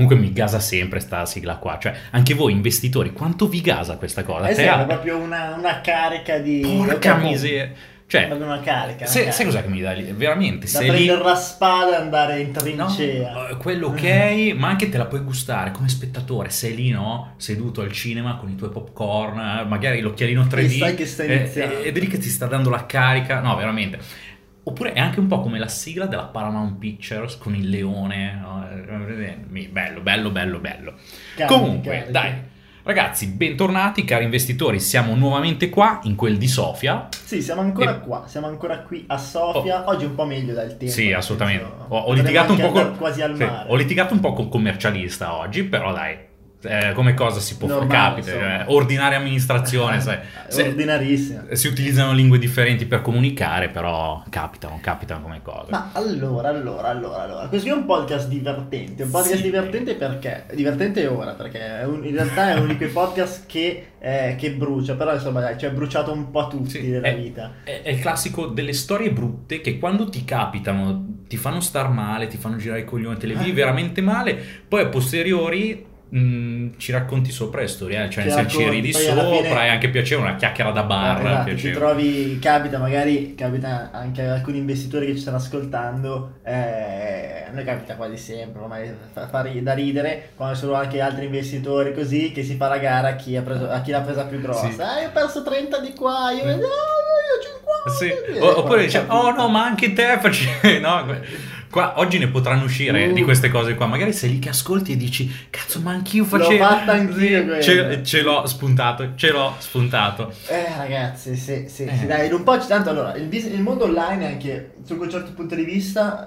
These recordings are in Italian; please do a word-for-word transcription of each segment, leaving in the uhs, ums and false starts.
comunque mi gasa sempre sta sigla qua, cioè anche voi investitori, quanto vi gasa questa cosa? Eh sì, Te- è proprio una, una carica di... Porca proprio- miseria, cioè, proprio una carica. sai, una sai carica. cos'è che mi dà lì? Veramente, Da sei prendere lì... la spada e andare in No, trincea. eh, quello ok, ma anche te la puoi gustare come spettatore, sei lì, no? Seduto al cinema con i tuoi popcorn, eh, magari l'occhialino tre D, E sai che sta eh, iniziando. ed è lì che ti sta dando la carica, no, veramente. Oppure è anche un po' come la sigla della Paramount Pictures con il leone, no? Eh, bello, bello, bello, bello. Carica, Comunque, carica. dai, ragazzi, bentornati cari investitori, siamo nuovamente qua in quel di Sofia. Sì, siamo ancora E- qua, siamo ancora qui a Sofia. Oggi un po' meglio dal tempo. Sì, nel assolutamente. senso, Ho, ho potremmo litigato un anche po' con, andare quasi al sì, mare. ho litigato un po' con commercialista oggi, però dai, eh, come cosa si può fare? Normale, Capita, insomma. eh, ordinaria amministrazione, sai. Se- Ordinarissima. si utilizzano lingue differenti per comunicare, però capitano, capitano come cose. Ma allora, allora, allora, allora, questo è un podcast divertente, un podcast Sì. divertente perché? Divertente ora, perché è un- in realtà è uno di quei podcast che, eh, che brucia, però insomma dai, ci ha bruciato un po' tutti Sì, della è, vita. è- è il classico delle storie brutte che quando ti capitano ti fanno star male, ti fanno girare i coglioni, te le vivi veramente male, poi a posteriori mh, ci racconti sopra le storie, cioè Ci nel senso ci racconti, ridi poi alla sopra, fine- è anche piacevole, una chiacchiera da bar, Eh, esatto, ti piacevole. trovi, capita magari, capita anche ad alcuni investitori che ci stanno ascoltando, eh, a noi capita quasi sempre, ormai fa, fa ri- da ridere, quando sono anche altri investitori così, che si fa la gara a chi, ha preso, a chi l'ha presa più grossa. Sì. Ah, io ho perso trenta di qua, io, no, io cinquanta. Sì. E O- oppure qua- dice, oh no, ma anche te facci... no, qua oggi ne potranno uscire Uh. di queste cose qua, magari sei lì che ascolti e dici, cazzo, ma anch'io L'ho facevo... fatta anch'io Sì, quello. ce, ce l'ho spuntato, ce l'ho spuntato. Eh ragazzi, sì, sì, Eh. sì, dai, in un po' ci tanto allora, il, bis- il mondo online anche su un certo punto di vista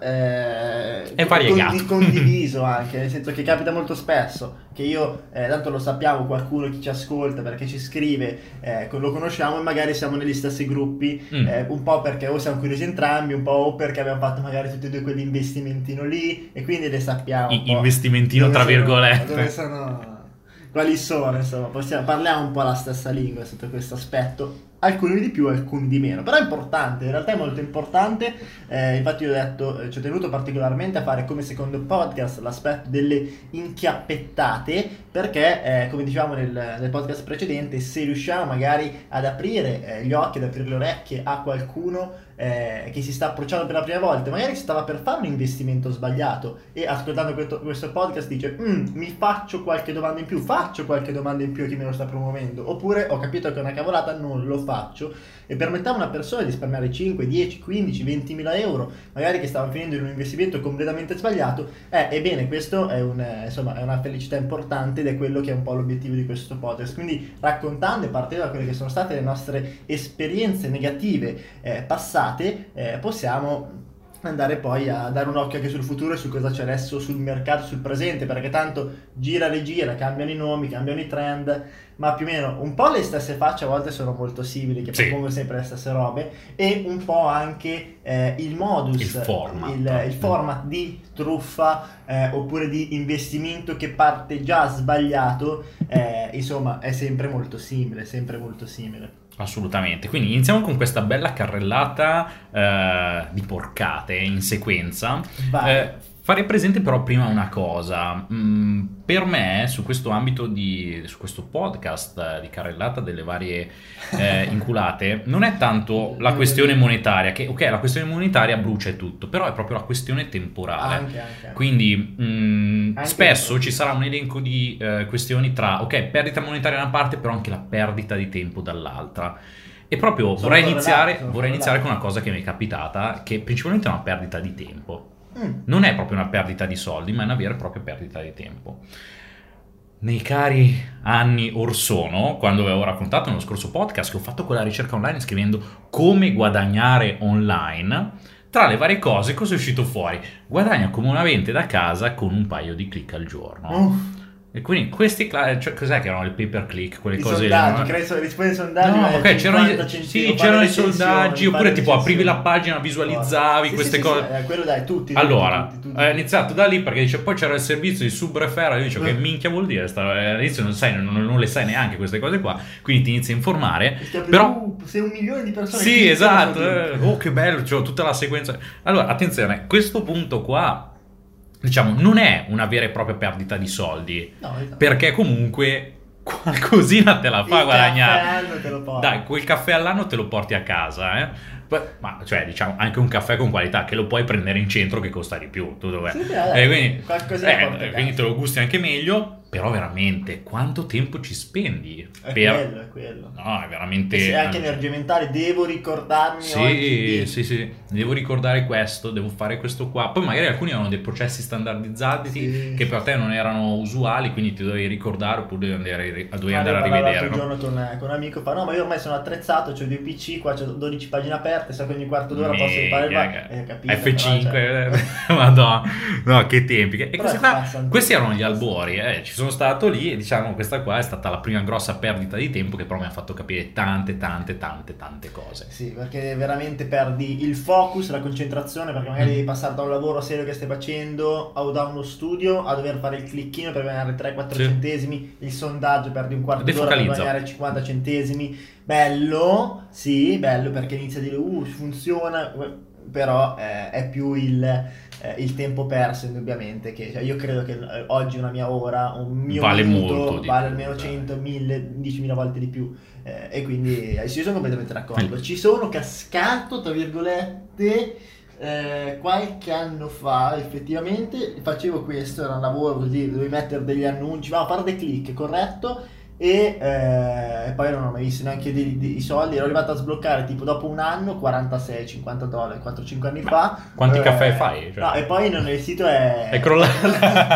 eh, È variegato. condiviso anche, nel senso che capita molto spesso che io, eh, tanto lo sappiamo, qualcuno che ci ascolta perché ci scrive, eh, lo conosciamo e magari siamo negli stessi gruppi, Mm. eh, un po' perché o siamo curiosi entrambi, un po' o perché abbiamo fatto magari tutti e due quell'investimentino lì e quindi le sappiamo un I- po' investimentino dove tra sono- virgolette. dove sono, quali sono, insomma, possiamo, parliamo un po' la stessa lingua sotto questo aspetto, alcuni di più, alcuni di meno, però è importante, in realtà è molto importante, eh, infatti io ho detto, eh, ci ho tenuto particolarmente a fare come secondo podcast l'aspetto delle inchiappettate, perché eh, come dicevamo nel, nel podcast precedente, se riusciamo magari ad aprire eh, gli occhi, ad aprire le orecchie a qualcuno eh, che si sta approcciando per la prima volta, magari stava per fare un investimento sbagliato e ascoltando questo, questo podcast dice "Mm, mi faccio qualche domanda in più, faccio qualche domanda in più a chi me lo sta promuovendo, oppure ho capito che è una cavolata, non lo faccio", e permettiamo a una persona di risparmiare cinque, dieci, quindici, ventimila euro magari che stavano finendo in un investimento completamente sbagliato, eh, ebbene questo è, un, eh, insomma, è una felicità importante ed è quello che è un po' l'obiettivo di questo podcast, quindi raccontando e partendo da quelle che sono state le nostre esperienze negative eh, passate, eh, possiamo andare poi a dare un occhio anche sul futuro e su cosa c'è adesso sul mercato, sul presente, perché tanto gira rigira, cambiano i nomi, cambiano i trend, ma più o meno un po' le stesse facce a volte sono molto simili, che Sì. propongono sempre le stesse robe, e un po' anche eh, il modus, Il format. il, il format di truffa eh, oppure di investimento che parte già sbagliato, eh, insomma è sempre molto simile, sempre molto simile. Assolutamente, quindi iniziamo con questa bella carrellata eh, di porcate in sequenza. Vai. Eh, farei presente però prima una cosa. Mm, per me su questo ambito di su questo podcast eh, di carrellata delle varie eh, inculate non è tanto la questione monetaria, che ok, la questione monetaria brucia e tutto, però è proprio la questione temporale. Anche, anche. Quindi mh, Anche spesso proprio. ci sarà un elenco di eh, questioni tra, ok, perdita monetaria da una parte, però anche la perdita di tempo dall'altra. E proprio Sono vorrei correlati, iniziare, sono vorrei iniziare con correlati. una cosa che mi è capitata, che principalmente è una perdita di tempo. Mm. Non è proprio una perdita di soldi, ma è una vera e propria perdita di tempo. Nei cari anni or sono, quando avevo raccontato nello scorso podcast che ho fatto quella ricerca online scrivendo come guadagnare online, tra le varie cose cosa è uscito fuori? Guadagna comunemente da casa con un paio di click al giorno. Uff. E quindi questi, cla- cioè, cos'è che erano le pay per click, quelle I cose lì, sondaggi, no? credo, rispondi ai sondaggi, No, vai a ok, c'erano, cinquanta i, centesimi, sì, fare c'erano i recensioni, sondaggi, fare oppure tipo aprivi la recensioni. pagina, visualizzavi Sì, queste sì, sì, cose. sì, eh, quello dai, tutti. tutti, Allora, tutti, tutti, tutti. è iniziato da lì perché dice poi c'era il servizio di subreferral, io dicevo che minchia vuol dire, sta- all'inizio non sai, non, non le sai neanche queste cose qua, quindi ti inizi a informare, Perché però... tu sei un milione di persone. Sì, che esatto, sono eh, oh che bello, c'ho tutta la sequenza. Allora, attenzione, questo punto qua diciamo, non è una vera e propria perdita di soldi, No, esatto. perché comunque qualcosina te la fa Il guadagnare. caffè all'anno te lo porti. Dai, quel caffè all'anno te lo porti a casa, eh. Poi- Ma cioè, diciamo, anche un caffè con qualità che lo puoi prendere in centro che costa di più. Tu dov'è? Sì, dai, E quindi, qualcosina eh, porti a quindi casa. te lo gusti anche meglio. Però veramente, quanto tempo ci spendi? È per... quello, è quello. No, è veramente... E se anche energie mentali, devo ricordarmi oggi Sì, di- sì, sì, devo ricordare questo, devo fare questo qua. Poi magari alcuni avevano dei processi standardizzati Sì. che per te non erano usuali, quindi ti dovevi ricordare oppure dovevi andare, dovevi Ma andare a ne parlavo rivedere, l'altro no? giorno con, con un amico, fa no ma io ormai sono attrezzato, ho due P C, qua c'ho dodici pagine aperte, so che ogni quarto d'ora posso rifare il Mega, va- eh, capito, F però, cinque, cioè, madonna, no, che tempi. E Però questi, è qua, passano questi tutti. erano gli albori, eh. Ci sono stato lì e diciamo questa qua è stata la prima grossa perdita di tempo che però mi ha fatto capire tante, tante, tante, tante cose. Sì, perché veramente perdi il focus, la concentrazione, perché magari Mm. devi passare da un lavoro serio che stai facendo o da uno studio a dover fare il clicchino per guadagnare tre quattro Sì. centesimi, il sondaggio perdi un quarto d'ora per Defocalizza. guadagnare cinquanta centesimi. Bello, sì, bello perché inizia a dire uh, funziona, però eh, è più il, eh, il tempo perso indubbiamente, che cioè, io credo che eh, oggi una mia ora, un mio Vale minuto molto di vale più, almeno dai. cento, mille, diecimila volte di più. Eh, e quindi eh, ci sono completamente d'accordo. Mm. Ci sono cascato, tra virgolette, eh, qualche anno fa, effettivamente, facevo questo, era un lavoro così, dovevi mettere degli annunci, ma fare dei click, corretto? E eh, poi non ho mai visto neanche dei, dei soldi, ero arrivato a sbloccare tipo dopo un anno quarantasei cinquanta dollari, quattro cinque anni Ma fa. quanti Eh, caffè fai? Cioè- No, e poi non, il sito è... È crollato.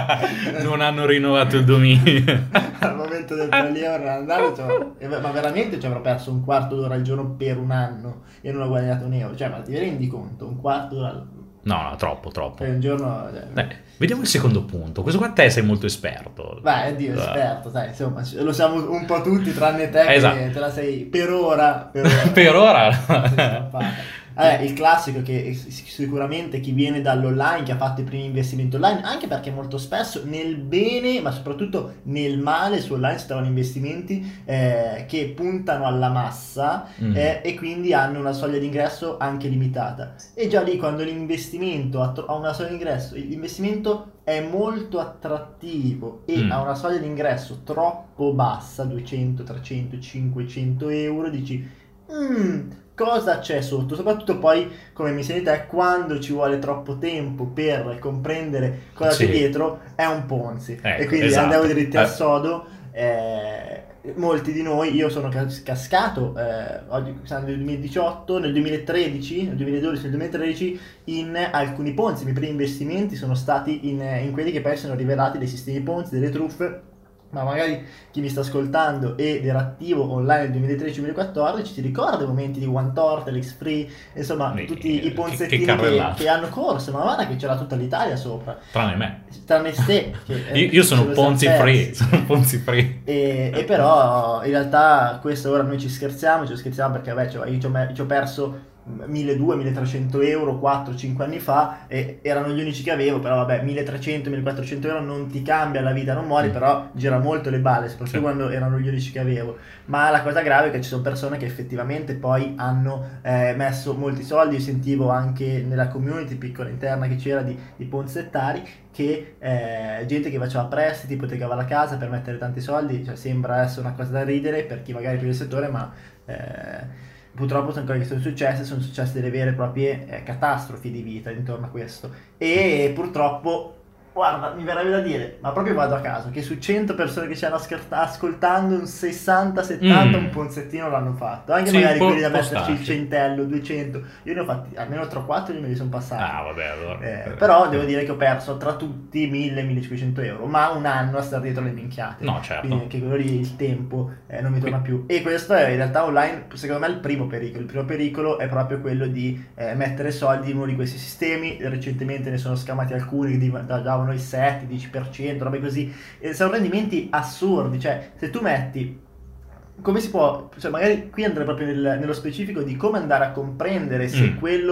Non hanno rinnovato il dominio. Al momento del prelievo non andare, cioè, e beh, ma veramente ci avrò perso un quarto d'ora al giorno per un anno e non ho guadagnato un euro, cioè ma ti rendi conto? Un quarto d'ora al- No, no, troppo, troppo. per un giorno, cioè, Dai, vediamo il secondo punto. Questo qua te sei molto esperto. vai, addio, Dai. esperto, sai, insomma, lo siamo un po' tutti tranne te che Esatto. te la sei per ora, per ora. Per ora. Sei strappata. Eh, il classico che sicuramente chi viene dall'online, che ha fatto i primi investimenti online, anche perché molto spesso nel bene, ma soprattutto nel male su online si trovano investimenti eh, che puntano alla massa Mm. eh, e quindi hanno una soglia di ingresso anche limitata. E già lì quando l'investimento ha, tro- ha una soglia di ingresso, l'investimento è molto attrattivo e Mm. ha una soglia di ingresso troppo bassa, duecento, trecento, cinquecento euro, dici "Mm, cosa c'è sotto?" Soprattutto poi, come mi senti te, quando ci vuole troppo tempo per comprendere cosa Sì. c'è dietro, è un Ponzi. Ecco, e quindi esatto. andiamo dritti al Eh. sodo. eh, molti di noi, io sono cas- cascato eh, oggi siamo nel duemiladiciotto, nel duemilatredici, nel duemiladodici, nel duemilatredici in alcuni Ponzi. I miei primi investimenti sono stati in, in quelli che poi sono rivelati dei sistemi Ponzi, delle truffe. Ma magari chi mi sta ascoltando ed era attivo online nel duemilatredici duemilaquattordici ti ricorda i momenti di OneTorte, l'X-Free, insomma Sì, tutti i che- ponzettini che che, carrellata. che hanno corso, ma guarda che c'era tutta l'Italia sopra, Tranne me. tranne te. che, eh, Io, io sono ce lo siamo Ponzi persi. free. Sono Ponzi free. E, e però in realtà questo ora noi ci scherziamo, ci scherziamo perché vabbè, cioè, io ci ho, me- ci ho perso milleduecento milletrecento euro quattro cinque anni fa e erano gli unici che avevo, però vabbè milletrecento millequattrocento euro non ti cambia la vita, non muori, Mm. però gira molto le balle, soprattutto Sì. quando erano gli unici che avevo. Ma la cosa grave è che ci sono persone che effettivamente poi hanno eh, messo molti soldi. Io sentivo anche nella community piccola interna che c'era di, di ponzettari che eh, gente che faceva prestiti, ipotecava la casa per mettere tanti soldi, cioè sembra essere una cosa da ridere per chi magari è più del settore, ma eh, purtroppo sono cose che sono successe, sono successe delle vere e proprie eh, catastrofi di vita intorno a questo. E purtroppo, guarda, mi verrebbe da dire, ma proprio vado a caso, che su cento persone che ci hanno ascol- ascoltando, un sessanta settanta Mm. un ponzettino l'hanno fatto. Anche Sì, magari può- quelli da può metterci il starci. centello, duecento. Io ne ho fatti almeno tre o quattro e me li sono passati. Ah, vabbè, allora. Eh, però devo dire che ho perso tra tutti mille millecinquecento euro, ma un anno a stare dietro le minchiate. No, certo. Quindi anche quello lì il tempo eh, non mi torna più. E questo è in realtà online, secondo me, il primo pericolo. Il primo pericolo è proprio quello di eh, mettere soldi in uno di questi sistemi. Recentemente ne sono scamati alcuni che div- davano il sette dieci per cento, robe così. E sono rendimenti assurdi. Cioè, se tu metti, come si può, cioè magari qui andrei proprio nel- nello specifico di come andare a comprendere se Mm. quello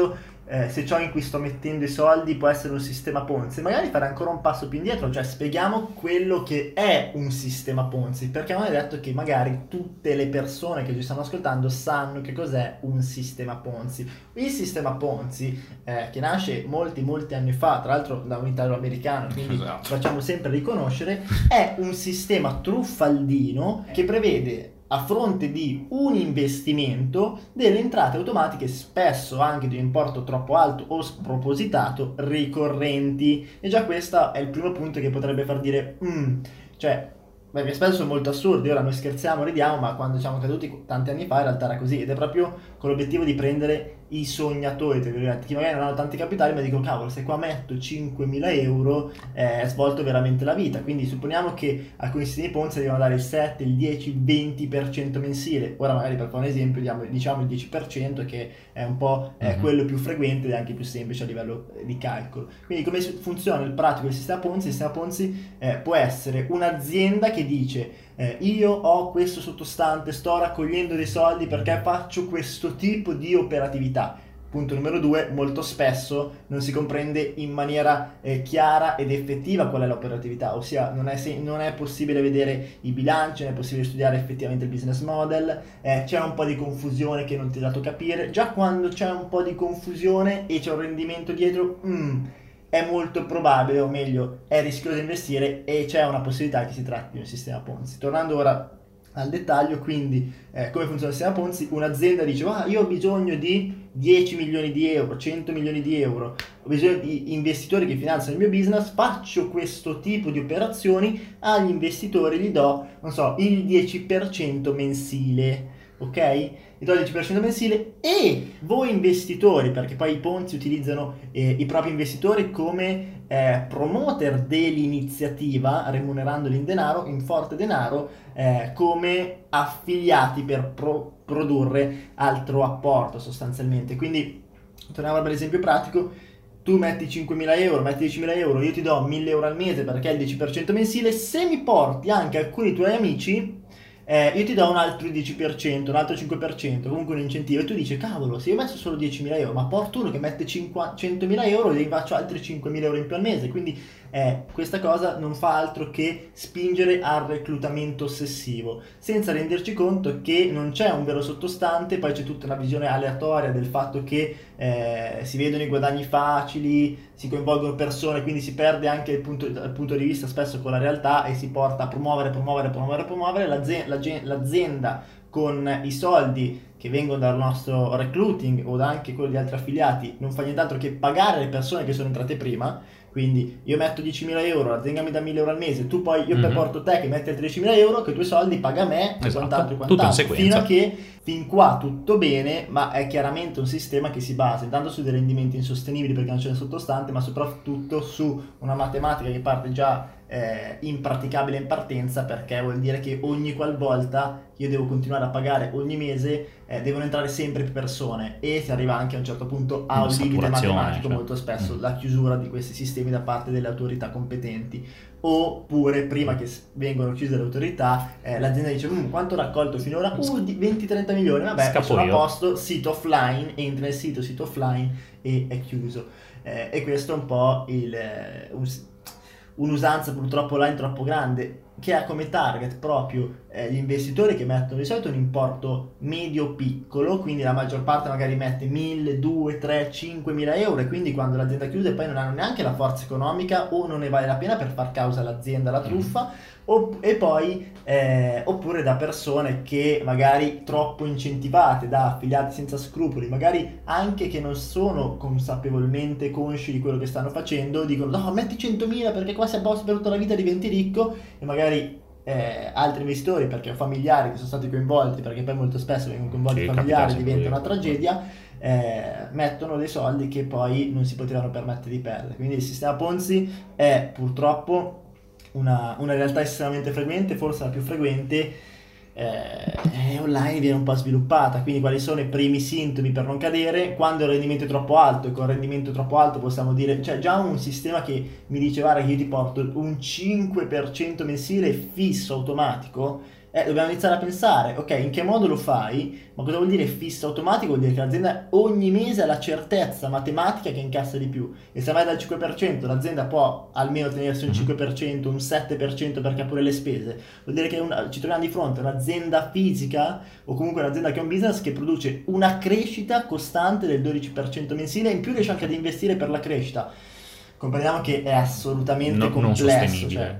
eh, se ciò in cui sto mettendo i soldi può essere un sistema Ponzi, magari fare ancora un passo più indietro, cioè spieghiamo quello che è un sistema Ponzi, perché non è detto che magari tutte le persone che ci stanno ascoltando sanno che cos'è un sistema Ponzi. Il sistema Ponzi, eh, che nasce molti molti anni fa, tra l'altro da un italo-americano, quindi Esatto. facciamo sempre riconoscere, è un sistema truffaldino che prevede, a fronte di un investimento, delle entrate automatiche, spesso anche di un importo troppo alto o spropositato, ricorrenti. E già questo è il primo punto che potrebbe far dire mm, cioè, perché spesso sono molto assurdi. Ora noi scherziamo, ridiamo, ma quando siamo caduti tanti anni fa in realtà era così, ed è proprio con l'obiettivo di prendere i sognatori, tra virgolette, che magari non hanno tanti capitali, ma dicono cavolo, se qua metto cinquemila euro eh, è svolto veramente la vita. Quindi supponiamo che alcuni sistemi Ponzi devono dare il sette, il dieci, il venti per cento mensile. Ora magari per fare un esempio diamo, diciamo il dieci per cento, che è un po' eh, Mhm. quello più frequente ed è anche più semplice a livello eh, di calcolo. Quindi come funziona il pratico del sistema Ponzi? Il sistema Ponzi eh, può essere un'azienda che dice eh, io ho questo sottostante, sto raccogliendo dei soldi perché faccio questo tipo di operatività. Punto numero due, molto spesso non si comprende in maniera eh, chiara ed effettiva qual è l'operatività, ossia non è, se- non è possibile vedere i bilanci, non è possibile studiare effettivamente il business model, eh, c'è un po' di confusione che non ti è dato capire. Già quando c'è un po' di confusione e c'è un rendimento dietro, mm, è molto probabile, o meglio, è rischioso investire e c'è una possibilità che si tratti di un sistema Ponzi. Tornando ora al dettaglio, quindi eh, come funziona il sistema Ponzi? Un'azienda dice ah, io ho bisogno di dieci milioni di euro, cento milioni di euro, ho bisogno di investitori che finanziano il mio business, faccio questo tipo di operazioni, agli investitori gli do, non so, il dieci per cento mensile, ok? Gli do il dieci per cento mensile, e voi investitori, perché poi i Ponzi utilizzano eh, i propri investitori come eh, promoter dell'iniziativa, remunerandoli in denaro, in forte denaro, eh, come affiliati per pro- produrre altro apporto sostanzialmente. Quindi torniamo all'esempio pratico: tu metti cinquemila euro, metti diecimila euro, io ti do mille euro al mese perché è il dieci per cento mensile, se mi porti anche alcuni tuoi amici eh, io ti do un altro dieci per cento, un altro cinque per cento, comunque un incentivo, e tu dici cavolo, se io metto solo diecimila euro ma porto uno che mette cinquanta, centomila euro e gli faccio altri cinquemila euro in più al mese, quindi eh, questa cosa non fa altro che spingere al reclutamento ossessivo, senza renderci conto che non c'è un vero sottostante. Poi c'è tutta una visione aleatoria del fatto che eh, si vedono i guadagni facili, si coinvolgono persone, quindi si perde anche il punto, il punto di vista spesso con la realtà, e si porta a promuovere, promuovere, promuovere, promuovere l'azienda, l'azienda con i soldi che vengono dal nostro recruiting o da anche quello di altri affiliati, non fa nient'altro che pagare le persone che sono entrate prima. Quindi io metto diecimila euro, l'azienda mi dà mille euro al mese, tu poi io mm-hmm. per porto te che metti tredicimila euro, che i tuoi soldi paga me, e esatto. quant'altro e Tutto in quant'altro, sequenza. fino a che fin qua tutto bene, ma è chiaramente un sistema che si basa intanto su dei rendimenti insostenibili perché non c'è il sottostante, ma soprattutto su una matematica che parte già eh, impraticabile in partenza, perché vuol dire che ogni qualvolta io devo continuare a pagare ogni mese eh, devono entrare sempre più persone, e si arriva anche a un certo punto a un limite matematico, cioè. molto spesso mm. la chiusura di questi sistemi da parte delle autorità competenti. Oppure prima che vengono chiuse le autorità eh, l'azienda dice mmm, quanto ho raccolto finora? Uh, venti trenta milioni, vabbè, Scappo sono a io. posto, sito offline, entra nel sito, sito offline e è chiuso. Eh, e questo è un po' il, eh, un, un'usanza purtroppo online troppo grande, che ha come target proprio eh, gli investitori che mettono di solito un importo medio piccolo, quindi la maggior parte magari mette mille, due, tre, cinquemila euro, e quindi quando l'azienda chiude poi non hanno neanche la forza economica, o non ne vale la pena per far causa all'azienda la truffa, o, e poi eh, oppure da persone che magari troppo incentivate, da affiliati senza scrupoli, magari anche che non sono consapevolmente consci di quello che stanno facendo, dicono no, metti centomila perché qua sei a posto per tutta la vita, diventi ricco, e magari Eh, altri investitori, perché ho familiari che sono stati coinvolti, perché poi molto spesso vengono coinvolti sì, familiari, diventa una tragedia, eh, mettono dei soldi che poi non si potevano permettere di perdere. Quindi il sistema Ponzi è purtroppo una, una realtà estremamente frequente, forse la più frequente, eh, online viene un po' sviluppata. Quindi quali sono i primi sintomi per non cadere? Quando il rendimento è troppo alto, e con il rendimento troppo alto possiamo dire, cioè già un sistema che mi dice guarda che io ti porto un cinque per cento mensile fisso automatico, Eh, dobbiamo iniziare a pensare, ok, in che modo lo fai? Ma cosa vuol dire fisso automatico? Vuol dire che l'azienda ogni mese ha la certezza matematica che incassa di più. E se vai dal cinque per cento, l'azienda può almeno tenersi un cinque per cento, un sette per cento perché ha pure le spese. Vuol dire che una, ci troviamo di fronte a un'azienda fisica o comunque un'azienda che è un business che produce una crescita costante del dodici per cento mensile, in più riesce anche ad investire per la crescita. Comprendiamo che è assolutamente No, non complesso, sostenibile. cioè,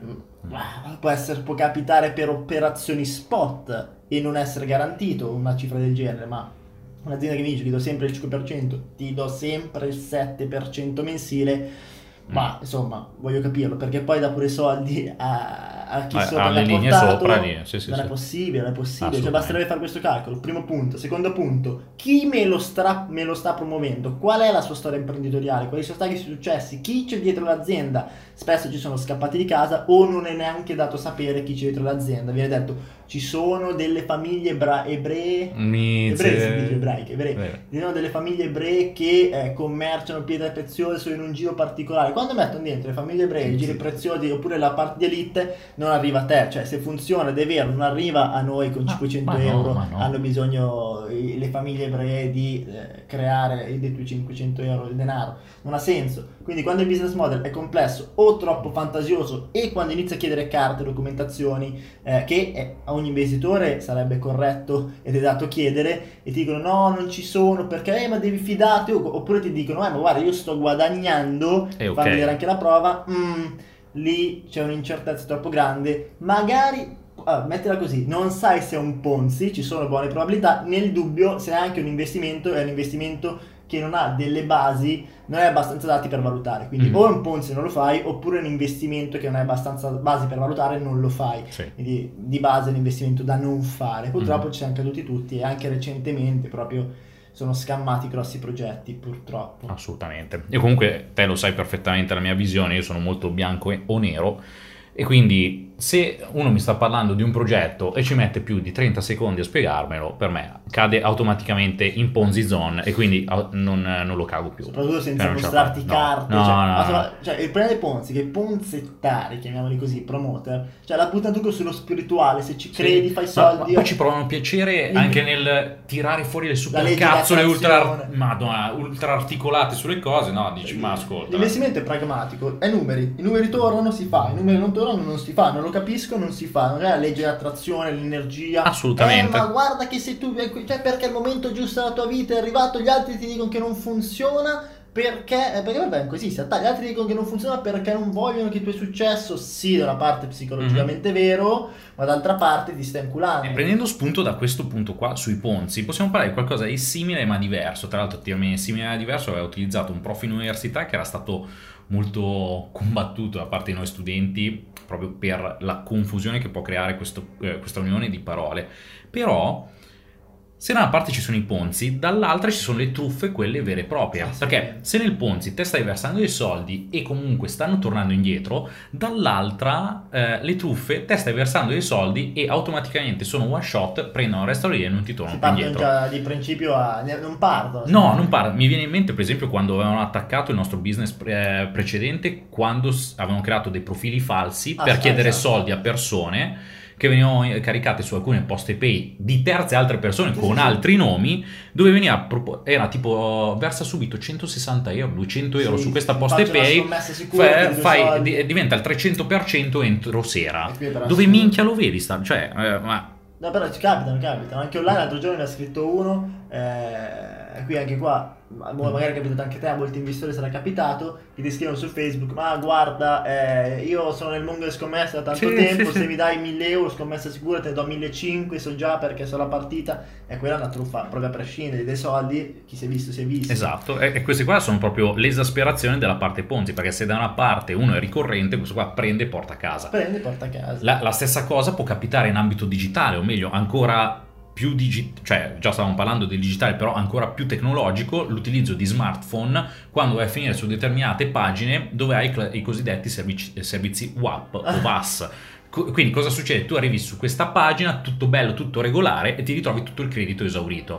può essere, può capitare per operazioni spot e non essere garantito una cifra del genere, ma un'azienda che mi dice ti do sempre il cinque per cento, ti do sempre il sette per cento mensile, ma insomma voglio capirlo, perché poi dà pure soldi a, a chi Eh, sopra alle l'ha linee portato. sopra lì, sì, sì, non sì. è possibile, non è possibile, cioè Assolutamente. basterebbe fare questo calcolo. Primo punto. Secondo punto, chi me lo, stra- me lo sta promuovendo? Qual è la sua storia imprenditoriale? Quali sono stati i suoi successi? Chi c'è dietro l'azienda? Spesso ci sono scappati di casa o non è neanche dato sapere chi c'è dietro l'azienda. Viene detto ci sono delle famiglie ebra- ebree, Mize- ebree si dice ebraiche, ebree. Vero. Ci sono delle famiglie ebree che eh, commerciano pietre preziose, sono in un giro particolare. Quando mettono dentro le famiglie ebree, i giri preziosi oppure la parte di elite, non arriva a te. Cioè, se funziona ed è vero, non arriva a noi con Ma- cinquecento ma no, euro. ma no. Hanno bisogno i- le famiglie ebree di eh, creare i tuoi cinquecento euro di denaro. Non ha senso. Quindi quando il business model è complesso o troppo fantasioso e quando inizia a chiedere carte, documentazioni, eh, che eh, a ogni investitore sarebbe corretto ed è dato chiedere, e ti dicono no, non ci sono perché eh, ma devi fidarti, oppure ti dicono eh ma guarda io sto guadagnando, Eh, ok. fammi vedere anche la prova, mm, lì c'è un'incertezza troppo grande, magari ah, mettila così, non sai se è un Ponzi, ci sono buone probabilità, nel dubbio se è anche un investimento, è un investimento che non ha delle basi, non è abbastanza dati per valutare, quindi Mm. o è un Ponzi non lo fai, oppure è un investimento che non hai abbastanza basi per valutare non lo fai. Sì. Quindi di base è un investimento da non fare. Purtroppo Mm. ci siamo caduti tutti e anche recentemente proprio sono scammati grossi progetti, purtroppo. Assolutamente. E comunque te lo sai perfettamente la mia visione, io sono molto bianco e- o nero, e quindi se uno mi sta parlando di un progetto e ci mette più di trenta secondi a spiegarmelo, per me cade automaticamente in Ponzi zone e quindi ah, non, non lo cago più. Soprattutto senza Cioè, non ce la mostrarti faccio. No. carte. No, cioè, no, ma no. insomma, cioè, il problema dei Ponzi, che i ponzettari, chiamiamoli così, promoter, cioè la buttano tutto sullo spirituale, se ci Sì. credi fai Ma- soldi. ma poi ci provano piacere Quindi- anche nel tirare fuori le La super legge di cazzole ultra, attrazione. madonna, ultra articolate sulle cose, no, dici ma ascolta. L'investimento è pragmatico, è numeri, i numeri tornano, si fa, i numeri non tornano, non si fa, non lo capisco, non si fa, non è la legge di attrazione, l'energia. Assolutamente. Eh, ma guarda che se tu, cioè perché il momento giusto della tua vita è arrivato, gli altri ti dicono che non funziona, perché, eh, perché vabbè, così si attacca, gli altri dicono che non funziona perché non vogliono che tu hai successo, sì, da una parte psicologicamente vero, ma d'altra parte ti stai inculando. E prendendo spunto da questo punto qua sui Ponzi, possiamo parlare di qualcosa di simile ma diverso. Tra l'altro, il termine simile ma diverso aveva utilizzato un prof in università che era stato molto combattuto da parte di noi studenti proprio per la confusione che può creare questo, eh, questa unione di parole. Però, se da una parte ci sono i Ponzi, dall'altra ci sono le truffe, quelle vere e proprie. Perché se nel Ponzi te stai versando dei soldi e comunque stanno tornando indietro, dall'altra eh, le truffe te stai versando dei soldi e automaticamente sono one shot, prendono il resto lì e non ti Si tornano più partono indietro. già di principio a... non partono. No, non parla. Mi viene in mente, per esempio, quando avevano attaccato il nostro business pre- eh, precedente, quando s- avevano creato dei profili falsi Ah, per sì, chiedere esatto. soldi a persone che venivano eh, caricate su alcune poste pay di terze altre persone Sì, con sì, sì. altri nomi, dove veniva propo- era tipo versa subito centosessanta euro, duecento euro Sì, su questa ti poste faccio una pay, scommessa sicura, fa- ti do i fai- soldi. di- diventa il trecento per cento entro sera. E qui per Dove assurdo. minchia lo vedi? Sta, cioè, eh, ma No, però ci capitano, capitano. Anche online l'altro giorno mi ha scritto uno, eh, qui anche qua, ma- boh, magari è capitato anche a te, a molti investitori sarà capitato, che ti scrivono su Facebook, ma guarda, eh, io sono nel mondo delle scommesse da tanto Sì, tempo, sì, se sì. mi dai mille euro, scommessa sicura, te ne do millecinquecento, so già perché so la partita, e quella è una truffa, proprio a prescindere dei soldi, chi si è visto si è visto. Esatto, e, e queste qua sono proprio l'esasperazione della parte Ponzi, perché se da una parte uno è ricorrente, questo qua prende e porta a casa. Prendi e porta a casa. La, la stessa cosa può capitare in ambito digitale, o meglio, ancora più digitale, cioè già stavamo parlando del digitale, però ancora più tecnologico, l'utilizzo di smartphone quando vai a finire su determinate pagine dove hai i cl- i cosiddetti servizi, servizi W A P o V A S. Co- Quindi cosa succede? Tu arrivi su questa pagina, tutto bello, tutto regolare, e ti ritrovi tutto il credito esaurito.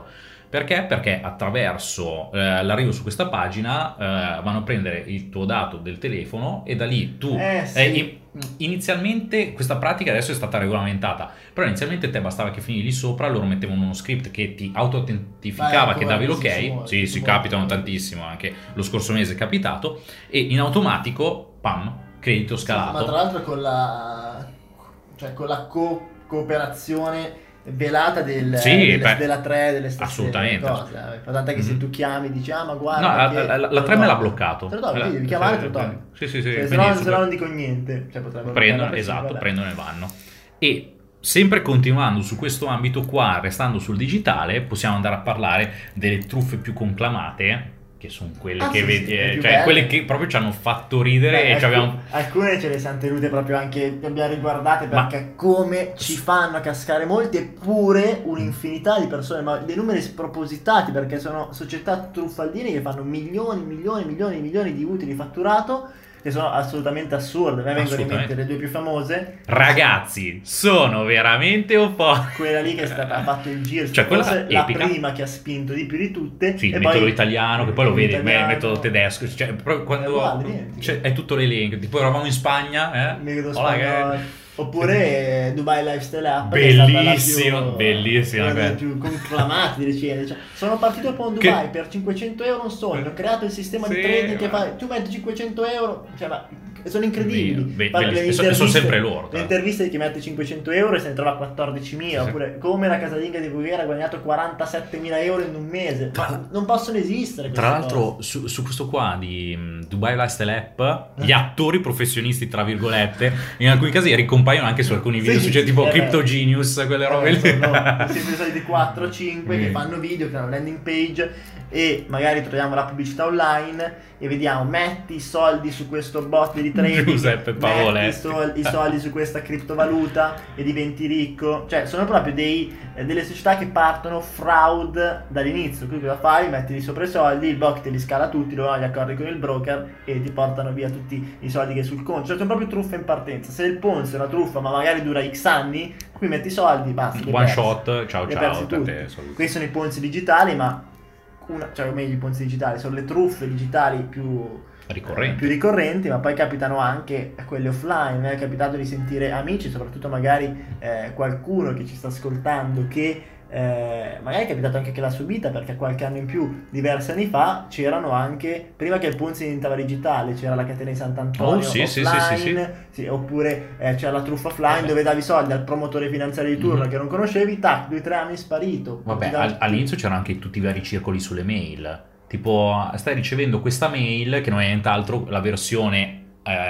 Perché? Perché attraverso eh, l'arrivo su questa pagina eh, vanno a prendere il tuo dato del telefono e da lì tu... Eh, sì. eh, in- inizialmente questa pratica adesso è stata regolamentata, però inizialmente te bastava che finivi lì sopra, loro mettevano uno script che ti auto-autentificava, Beh, che davi come- sì, sì, l'ok, molto, sì, sì, si molto. capitano tantissimo, anche lo scorso mese è capitato, e in automatico, pam, credito Sì, ma tra scalato. l'altro con la, cioè con la co- cooperazione velata del, Sì, delle- beh, della tre delle stesse assolutamente. cose. eh. Tant'è che se Mhm. tu chiami dici ah ma No, guarda la, che la- la- te la lo tre me l'ha tolgo. bloccato. Te lo tolgo, Me quindi la- devi chiamare e te sì, lo tolgo. sì, sì, sì, Cioè, se, quindi no, su se que- no non dico niente. Cioè, potrebbero prendono, bloccare, esatto, vabbè. prendono e vanno. E sempre continuando su questo ambito qua, restando sul digitale, possiamo andare a parlare delle truffe più conclamate, che sono quelle Ah, che sì, vedi, sì, le eh, più cioè belle. quelle che proprio ci hanno fatto ridere Beh, e ci alcu- abbiamo... alcune ce le siamo tenute proprio anche, che abbiamo riguardate Ma- perché come ci fanno cascare molti, eppure un'infinità di persone, ma dei numeri spropositati perché sono società truffaldine che fanno milioni, milioni, milioni, milioni di utili fatturato che sono assolutamente assurde. A me vengono in mente Assolutamente. le due più famose. Ragazzi, sono veramente euforici. Quella lì che è stata, ha fatto il giro, Cioè, quella forse la epica. prima che ha spinto di più di tutte. Sì, e il metodo poi- italiano, che poi lo vedi, il italiano, metodo tedesco, cioè, proprio È quando uguale, identico. cioè, è tutto l'elenco, tipo eravamo in Spagna, eh? il metodo Hola, spagnolo. che- Oppure eh, Dubai Lifestyle App, che è stata la Bellissima, più- bellissima una delle quella. più conclamate di recente. Cioè, sono partito con Che- Dubai per cinquecento euro un sogno, ho creato il sistema Sì, di trading che ma- fa, tu metti cinquecento euro, cioè, ma sono incredibili. Be- Fanno bellissimi. le E so- e sono interviste- sempre loro, tra Le l'altro. interviste di chi mette cinquecento euro e se ne trova quattordicimila, Sì, sì. oppure come la casalinga di Voghera ha guadagnato quarantasettemila euro in un mese. Ma non possono esistere queste Tra l'altro, cose. su, su questo qua di mm, Dubai Lifestyle App, gli attori professionisti, tra virgolette, in alcuni casi ricompaiono anche su alcuni video, Sì, cioè tipo eh, Crypto Genius, quelle robe lì. Sono sempre soliti quattro cinque che Mm. fanno video, creano landing page e magari troviamo la pubblicità online e vediamo metti i soldi su questo bot di trading, Giuseppe metti Pavoletti. i, sol- i soldi su questa criptovaluta e diventi ricco. Cioè sono proprio dei, eh, delle società che partono fraud dall'inizio. Quindi cosa fai? Metti lì sopra i soldi, il bot te li scala tutti, loro hanno gli accordi con il broker e ti portano via tutti i soldi che hai sul conto. Cioè sono proprio truffe in partenza. Se il Ponzi è una truffa ma magari dura X anni, qui metti i soldi, basta, li hai One persi. shot, ciao Li hai ciao, persi tante tutti. salute. Questi sono i ponzi digitali, ma una, cioè o meglio i ponzi digitali, sono le truffe digitali più Ricorrenti. più ricorrenti, ma poi capitano anche quelle offline. Mi è capitato di sentire amici, soprattutto magari eh, qualcuno che ci sta ascoltando che eh, magari è capitato anche che l'ha subita perché qualche anno in più, diversi anni fa, c'erano anche, prima che il Ponzi diventava digitale, c'era la catena di Sant'Antonio Oh, sì, sì, offline, sì, sì, sì, oppure eh, c'era la truffa offline dove davi soldi al promotore finanziario di turno Mhm. che non conoscevi, tac, due o tre anni sparito. Vabbè, Ti dà- al- all'inizio c'erano anche tutti i vari circoli sulle mail. Tipo, stai ricevendo questa mail che non è nient'altro la versione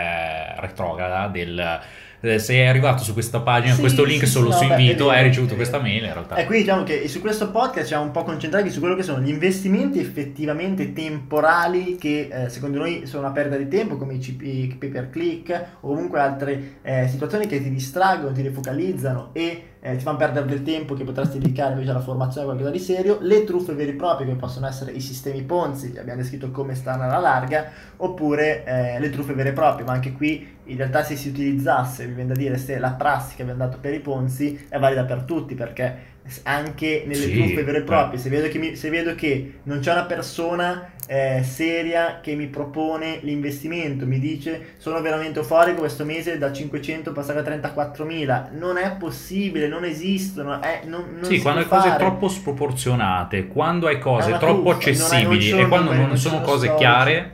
eh, retrograda del... eh, sei arrivato su questa pagina, Sì, questo link sì, solo sì, su no, beh, invito, è vero, hai ricevuto è vero. questa mail in realtà. E quindi diciamo che su questo podcast siamo un po' concentrati su quello che sono gli investimenti effettivamente temporali che eh, secondo noi sono una perdita di tempo, come i C P, pay per click o comunque altre eh, situazioni che ti distraggono, ti defocalizzano e eh, ti fanno perdere del tempo che potresti dedicare invece alla formazione a qualcosa di serio. Le truffe vere e proprie che possono essere i sistemi Ponzi, che abbiamo descritto come stanno alla larga, oppure eh, le truffe vere e proprie, ma anche qui in realtà se si utilizzasse, mi viene da dire, se la prassi che abbiamo dato per i Ponzi è valida per tutti, perché anche nelle Sì, truffe vere e proprie, beh. se vedo che, mi- se vedo che non c'è una persona eh, seria che mi propone l'investimento, mi dice sono veramente euforico questo mese da cinquecento passare a trentaquattromila, non è possibile, non esistono, eh, non, non Sì, si quando hai può cose fare. troppo sproporzionate, quando hai È cose una troppo truffa, non hai- non accessibili sono e quando numeri, non non sono sono cose storici. chiare,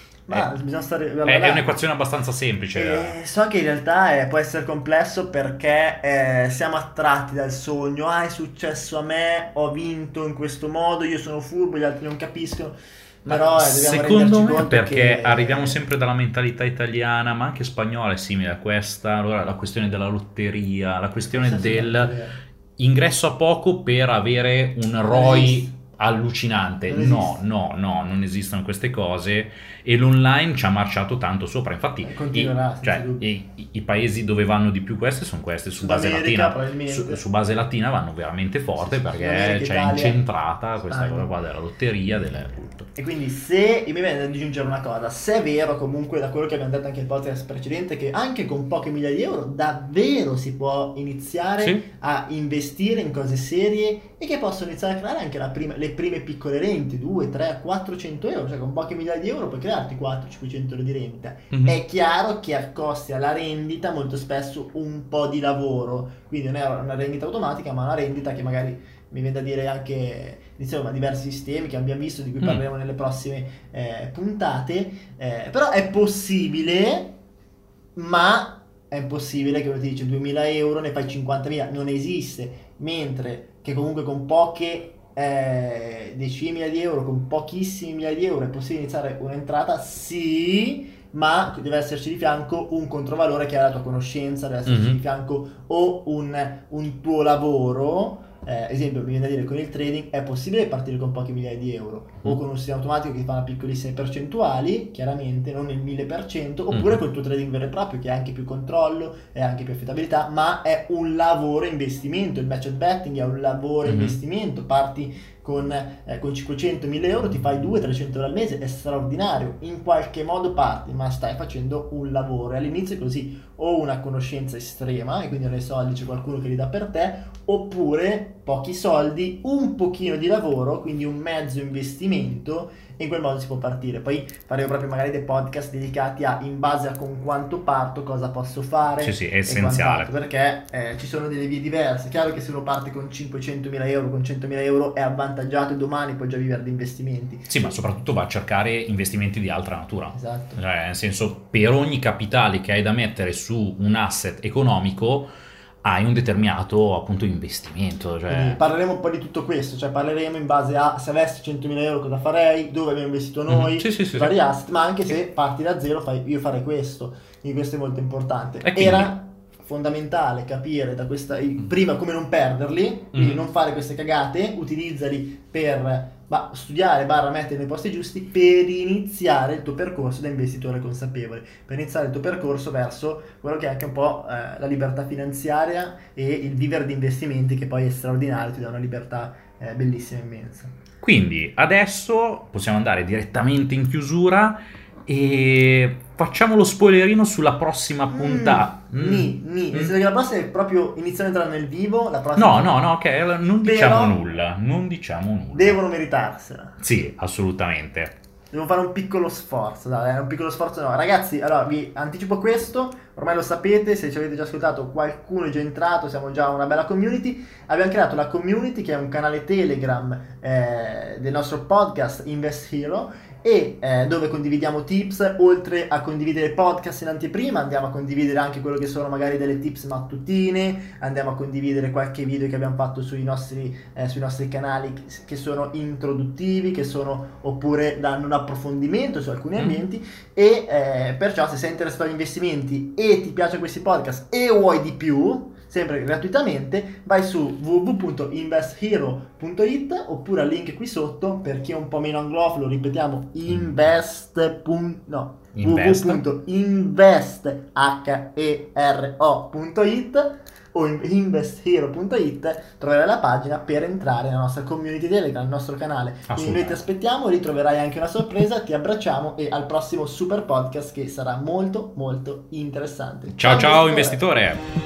Ma eh, bisogna stare è, è un'equazione abbastanza semplice. Eh, so che in realtà eh, può essere complesso perché eh, siamo attratti dal sogno. Ah, è successo a me, ho vinto in questo modo, io sono furbo, gli altri non capiscono. Però eh, dobbiamo Secondo renderci me conto perché che arriviamo sempre dalla mentalità italiana, ma anche spagnola è simile a questa. Allora, la questione della lotteria, la questione Sì, sì, del ingresso a poco per avere un Non R O I esiste. allucinante. Non No, esiste. no, no, non esistono queste cose e l'online ci ha marciato tanto sopra. Infatti, Eh, continuerà, i, senza cioè, dubbio. i, i- i paesi dove vanno di più queste sono questi su Sud base America, latina. probabilmente. Su, su base latina vanno veramente forte Sì, sì, Sud perché America, c'è Italia, incentrata questa Spagna. cosa qua della lotteria, delle tutto. E quindi se, mi viene da aggiungere una cosa, se è vero comunque da quello che abbiamo detto anche nel podcast precedente che anche con poche migliaia di euro davvero si può iniziare Sì. a investire in cose serie e che possono iniziare a creare anche la prima, le prime piccole rendite, due, tre, quattrocento euro, cioè con poche migliaia di euro puoi crearti quattrocento cinquecento euro di rendita. Mhm. È chiaro che accosti alla rendita molto spesso un po' di lavoro, quindi non è una rendita automatica, ma una rendita che magari mi viene da dire anche, insomma, diversi sistemi che abbiamo visto, di cui Mm. parleremo nelle prossime eh, puntate, eh, però è possibile, ma è impossibile che uno ti dice duemila euro, ne fai cinquantamila, non esiste, mentre che comunque con poche eh, decine di migliaia di euro, con pochissimi migliaia di euro è possibile iniziare un'entrata, sì, ma deve esserci di fianco un controvalore che è la tua conoscenza, deve esserci Mhm. di fianco o un, un tuo lavoro. Eh, esempio, mi viene da dire, con il trading è possibile partire con poche migliaia di euro o Mm. con un sistema automatico che fa una piccolissime percentuali, chiaramente non il mille per cento, oppure Mm. col tuo trading vero e proprio che ha anche più controllo e anche più affidabilità, ma è un lavoro investimento. Il match betting è un lavoro Mhm. investimento, parti con, eh, con cinquecento mille euro, ti fai duecento trecento euro al mese, è straordinario, in qualche modo parti, ma stai facendo un lavoro e all'inizio è così, o una conoscenza estrema e quindi non hai soldi, c'è qualcuno che li dà per te, oppure pochi soldi, un pochino di lavoro, quindi un mezzo investimento, e in quel modo si può partire. Poi faremo proprio magari dei podcast dedicati a, in base a con quanto parto, cosa posso fare. Sì, sì, è e essenziale. quant'altro, perché eh, ci sono delle vie diverse. È chiaro che se uno parte con cinquecentomila euro, con centomila euro è avvantaggiato e domani può già vivere di investimenti. Sì, ma soprattutto va a cercare investimenti di altra natura. Esatto. Cioè, nel senso, per ogni capitale che hai da mettere su un asset economico hai un determinato appunto investimento. Quindi Cioè... parleremo un po' di tutto questo, cioè parleremo in base a se avessi centomila euro cosa farei, dove abbiamo investito noi, Mhm. Sì, sì, sì, vari sì. asset, ma anche se parti da zero fai, io farei questo, quindi questo è molto importante. E quindi? Era fondamentale capire da questa, prima come non perderli, quindi Mhm. non fare queste cagate, utilizzali per ma, studiare, barra mettere nei posti giusti per iniziare il tuo percorso da investitore consapevole, per iniziare il tuo percorso verso quello che è anche un po' eh, la libertà finanziaria e il vivere di investimenti, che poi è straordinario, ti dà una libertà eh, bellissima e immensa. Quindi adesso possiamo andare direttamente in chiusura e facciamo lo spoilerino sulla prossima puntata. Mm, Ni, ni, nel Mm. senso che la prossima è proprio iniziare a entrare nel vivo, la prossima No, no, no, ok, non diciamo Però- nulla, non diciamo nulla. devono meritarsela. Sì, assolutamente. Devo fare un piccolo sforzo, dai, un piccolo sforzo no. Ragazzi, allora vi anticipo questo, ormai lo sapete, se ci avete già ascoltato qualcuno è già entrato, siamo già una bella community. Abbiamo creato la community, che è un canale Telegram eh, del nostro podcast Invest Hero, e eh, dove condividiamo tips, oltre a condividere podcast in anteprima, andiamo a condividere anche quello che sono magari delle tips mattutine, andiamo a condividere qualche video che abbiamo fatto sui nostri, eh, sui nostri canali che sono introduttivi, che sono oppure danno un approfondimento su alcuni Mm. ambienti, e eh, perciò se sei interessato agli investimenti e ti piacciono questi podcast e vuoi di più, sempre gratuitamente, vai su w w w punto investhero punto i t oppure al link qui sotto. Per chi è un po' meno anglofono, ripetiamo invest. No, Invest. w w w punto invest punto i t o investhero punto i t, troverai la pagina per entrare nella nostra community Telegram, nel nostro canale. Quindi noi ti aspettiamo, ritroverai anche una sorpresa, ti abbracciamo e al prossimo super podcast che sarà molto molto interessante. Ciao ciao investitore!